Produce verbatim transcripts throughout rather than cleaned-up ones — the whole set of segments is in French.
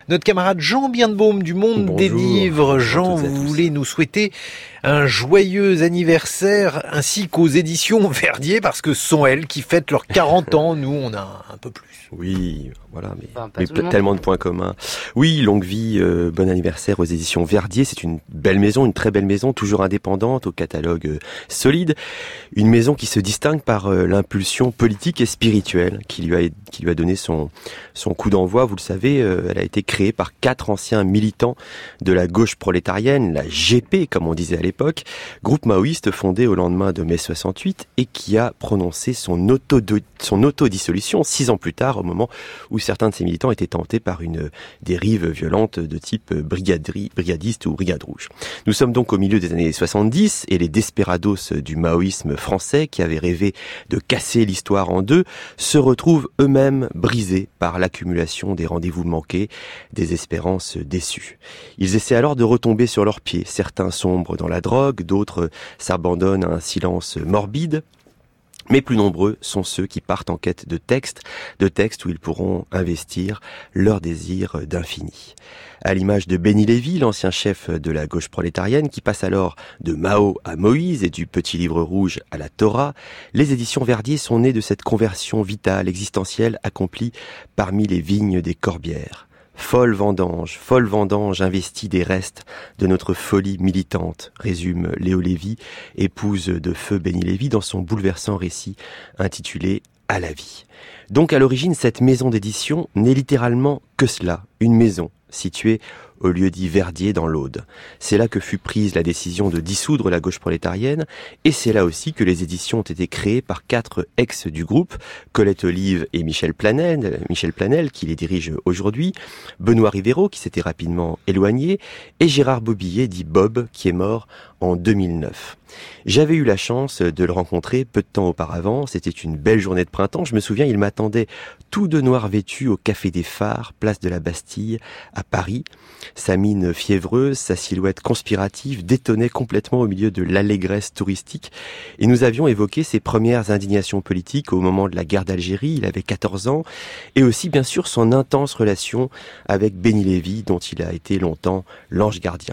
notre camarade Jean Birnbaum du Monde Bonjour. des Livres. Jean, vous voulez nous souhaiter un joyeux anniversaire ainsi qu'aux éditions Verdier, parce que ce sont elles qui fêtent leurs quarante ans. Nous, on a un peu plus. Oui, voilà, mais, Enfin, mais tellement de points communs. Oui, longue vie, euh, bon anniversaire aux éditions Verdier. C'est une belle maison, une très belle maison, toujours indépendante, au catalogue euh, solide. Une maison qui se distingue par euh, l'impulsion politique et spirituelle qui lui a, qui lui a donné son, son coup d'envoi. Vous le savez, euh, elle a été créée par quatre anciens militants de la gauche prolétarienne, la G P, comme on disait à l'époque, groupe maoïste fondé au lendemain de mai soixante-huit et qui a prononcé son auto son autodissolution six ans plus tard, au moment où certains de ses militants étaient tentés par une dérive violente de type brigaderie, brigadiste ou brigade rouge. Nous sommes donc au milieu des années soixante-dix et les desperados du maoïsme français, qui avaient rêvé de casser l'histoire en deux, se retrouvent eux-mêmes brisés par l'accumulation des rendez-vous manqués, des espérances déçues. Ils essaient alors de retomber sur leurs pieds. Certains sombrent dans la drogue, d'autres s'abandonnent à un silence morbide. Mais plus nombreux sont ceux qui partent en quête de textes, de textes où ils pourront investir leur désir d'infini. À l'image de Benny Lévy, l'ancien chef de la gauche prolétarienne, qui passe alors de Mao à Moïse et du petit livre rouge à la Torah, les éditions Verdier sont nées de cette conversion vitale, existentielle, accomplie parmi les vignes des Corbières. Folle vendange, folle vendange investie des restes de notre folie militante, résume Léo Lévy, épouse de feu Benny Lévy, dans son bouleversant récit intitulé « À la vie ». Donc à l'origine, cette maison d'édition n'est littéralement que cela, une maison située au lieu dit Verdier dans l'Aude. C'est là que fut prise la décision de dissoudre la gauche prolétarienne, et c'est là aussi que les éditions ont été créées par quatre ex du groupe, Colette Olive et Michel Planel, Michel Planel qui les dirige aujourd'hui, Benoît Rivero qui s'était rapidement éloigné, et Gérard Bobillet dit Bob qui est mort en deux mille neuf. J'avais eu la chance de le rencontrer peu de temps auparavant, c'était une belle journée de printemps, je me souviens, il m'attendait tout de noir vêtu au Café des Phares, place de la Bastille, à Paris. Sa mine fiévreuse, sa silhouette conspirative détonnait complètement au milieu de l'allégresse touristique, et nous avions évoqué ses premières indignations politiques au moment de la guerre d'Algérie, il avait quatorze ans, et aussi bien sûr son intense relation avec Benny Lévy, dont il a été longtemps l'ange gardien.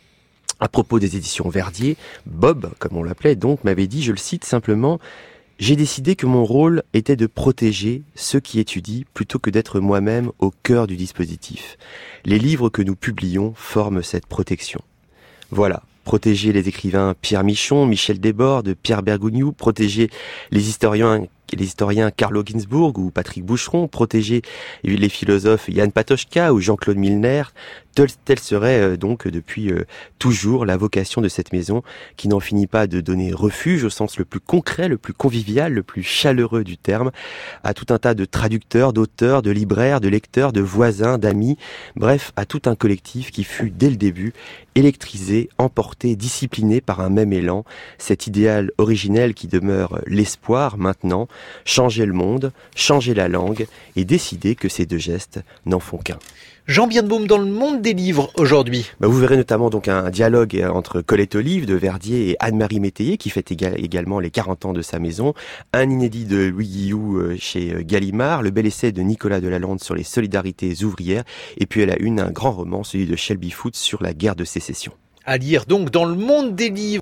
À propos des éditions Verdier, Bob, comme on l'appelait donc, m'avait dit, je le cite simplement, « J'ai décidé que mon rôle était de protéger ceux qui étudient plutôt que d'être moi-même au cœur du dispositif. Les livres que nous publions forment cette protection. » Voilà, protéger les écrivains Pierre Michon, Michel Desbordes, Pierre Bergogneau, protéger les historiens les historiens Carlo Ginzburg ou Patrick Boucheron, protéger les philosophes Yann Patochka ou Jean-Claude Milner, telle, telle serait euh, donc depuis euh, toujours la vocation de cette maison qui n'en finit pas de donner refuge au sens le plus concret, le plus convivial, le plus chaleureux du terme, à tout un tas de traducteurs, d'auteurs, de libraires, de lecteurs, de voisins, d'amis, bref, à tout un collectif qui fut dès le début électrisé, emporté, discipliné par un même élan, cet idéal originel qui demeure l'espoir maintenant, changer le monde, changer la langue et décider que ces deux gestes n'en font qu'un. Jean Birnbaum dans le Monde des Livres aujourd'hui. Bah vous verrez notamment donc un dialogue entre Colette Olive de Verdier et Anne-Marie Métayer qui fête éga- également les quarante ans de sa maison, un inédit de Louis Guillou chez Gallimard, le bel essai de Nicolas Delalande sur les solidarités ouvrières, et puis elle a une un grand roman, celui de Shelby Foote sur la guerre de sécession. À lire donc dans le Monde des Livres.